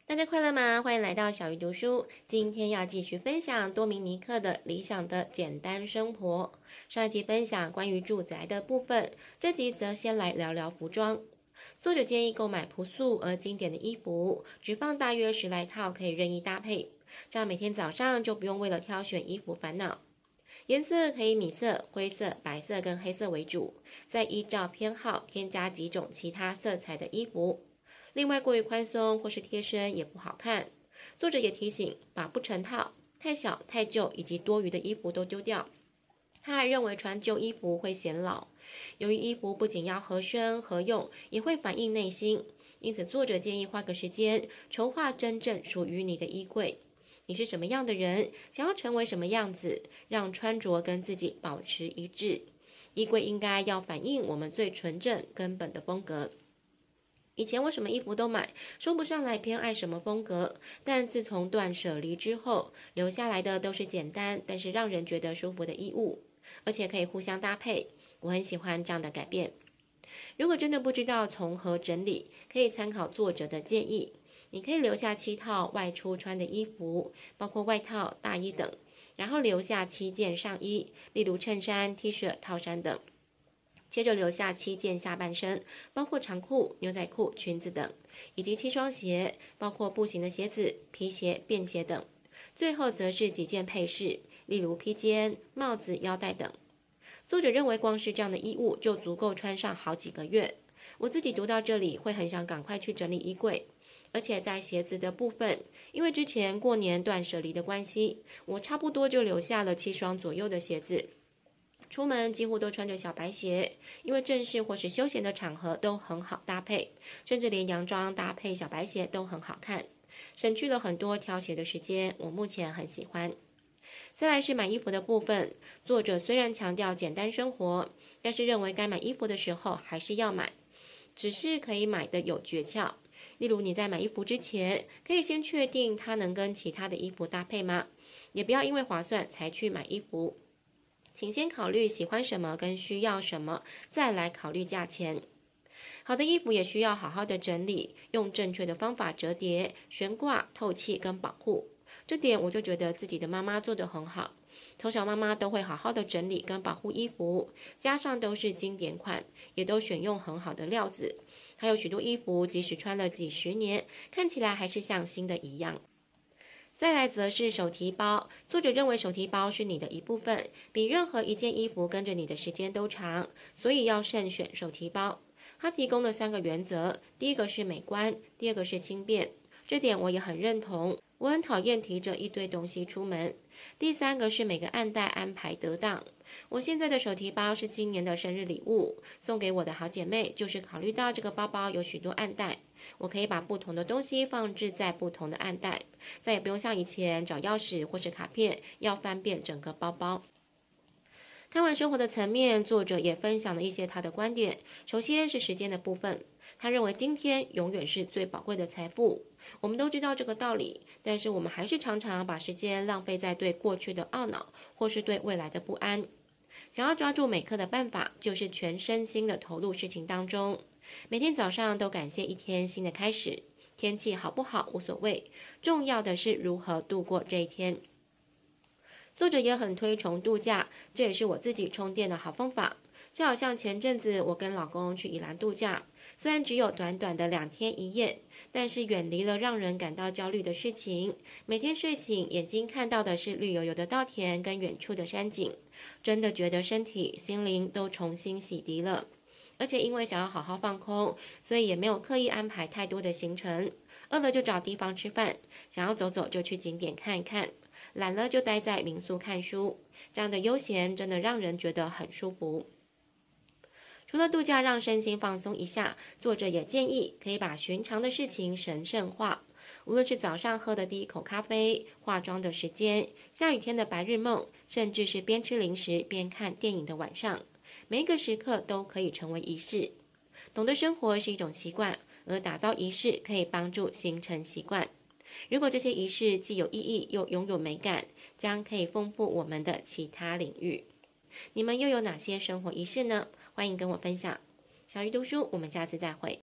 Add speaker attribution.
Speaker 1: 大家快乐吗？欢迎来到小鱼读书。今天要继续分享多明尼克的理想的简单生活。上一集分享关于住宅的部分，这集则先来聊聊服装。作者建议购买朴素而经典的衣服，只放大约10来套，可以任意搭配，这样每天早上就不用为了挑选衣服烦恼。颜色可以米色、灰色、白色跟黑色为主，再依照偏好添加几种其他色彩的衣服。另外，过于宽松或是贴身也不好看。作者也提醒，把不成套、太小、太旧以及多余的衣服都丢掉。他还认为穿旧衣服会显老，由于衣服不仅要合身合用，也会反映内心，因此作者建议花个时间筹划真正属于你的衣柜。你是什么样的人，想要成为什么样子，让穿着跟自己保持一致。衣柜应该要反映我们最纯正根本的风格。以前我什么衣服都买，说不上来偏爱什么风格，但自从断舍离之后，留下来的都是简单但是让人觉得舒服的衣物，而且可以互相搭配。我很喜欢这样的改变。如果真的不知道从何整理，可以参考作者的建议。你可以留下7套外出穿的衣服，包括外套、大衣等，然后留下7件上衣，例如衬衫、T 恤、套衫等。接着留下7件下半身，包括长裤、牛仔裤、裙子等，以及7双鞋，包括步行的鞋子、皮鞋、便鞋等。最后则是几件配饰，例如披肩、帽子、腰带等。作者认为光是这样的衣物就足够穿上好几个月。我自己读到这里会很想赶快去整理衣柜。而且在鞋子的部分，因为之前过年断舍离的关系，我差不多就留下了7双左右的鞋子。出门几乎都穿着小白鞋，因为正式或是休闲的场合都很好搭配，甚至连洋装搭配小白鞋都很好看，省去了很多挑鞋的时间，我目前很喜欢。再来是买衣服的部分，作者虽然强调简单生活，但是认为该买衣服的时候还是要买，只是可以买的有诀窍。例如你在买衣服之前，可以先确定它能跟其他的衣服搭配吗？也不要因为划算才去买衣服，请先考虑喜欢什么跟需要什么，再来考虑价钱。好的衣服也需要好好的整理，用正确的方法折叠、悬挂、透气跟保护。这点我就觉得自己的妈妈做得很好。从小妈妈都会好好的整理跟保护衣服，加上都是经典款，也都选用很好的料子。还有许多衣服即使穿了几十年，看起来还是像新的一样。再来则是手提包，作者认为手提包是你的一部分，比任何一件衣服跟着你的时间都长，所以要慎选手提包。他提供了3个原则，第一个是美观，第二个是轻便，这点我也很认同。我很讨厌提着一堆东西出门。第3个是每个暗袋安排得当。我现在的手提包是今年的生日礼物，送给我的好姐妹，就是考虑到这个包包有许多暗袋，我可以把不同的东西放置在不同的暗袋，再也不用像以前找钥匙或是卡片要翻遍整个包包。看完生活的层面，作者也分享了一些他的观点。首先是时间的部分，他认为今天永远是最宝贵的财富。我们都知道这个道理，但是我们还是常常把时间浪费在对过去的懊恼，或是对未来的不安。想要抓住每刻的办法，就是全身心的投入事情当中。每天早上都感谢一天新的开始，天气好不好无所谓，重要的是如何度过这一天。作者也很推崇度假，这也是我自己充电的好方法。就好像前阵子我跟老公去宜兰度假，虽然只有短短的2天1夜，但是远离了让人感到焦虑的事情。每天睡醒，眼睛看到的是绿油油的稻田跟远处的山景，真的觉得身体心灵都重新洗涤了。而且因为想要好好放空，所以也没有刻意安排太多的行程。饿了就找地方吃饭，想要走走就去景点看一看，懒了就待在民宿看书。这样的悠闲真的让人觉得很舒服。除了度假让身心放松一下，作者也建议可以把寻常的事情神圣化。无论是早上喝的第一口咖啡、化妆的时间、下雨天的白日梦，甚至是边吃零食边看电影的晚上，每一个时刻都可以成为仪式。懂得生活是一种习惯，而打造仪式可以帮助形成习惯。如果这些仪式既有意义又拥有美感，将可以丰富我们的其他领域。你们又有哪些生活仪式呢？欢迎跟我分享。小鱼读书，我们下次再会。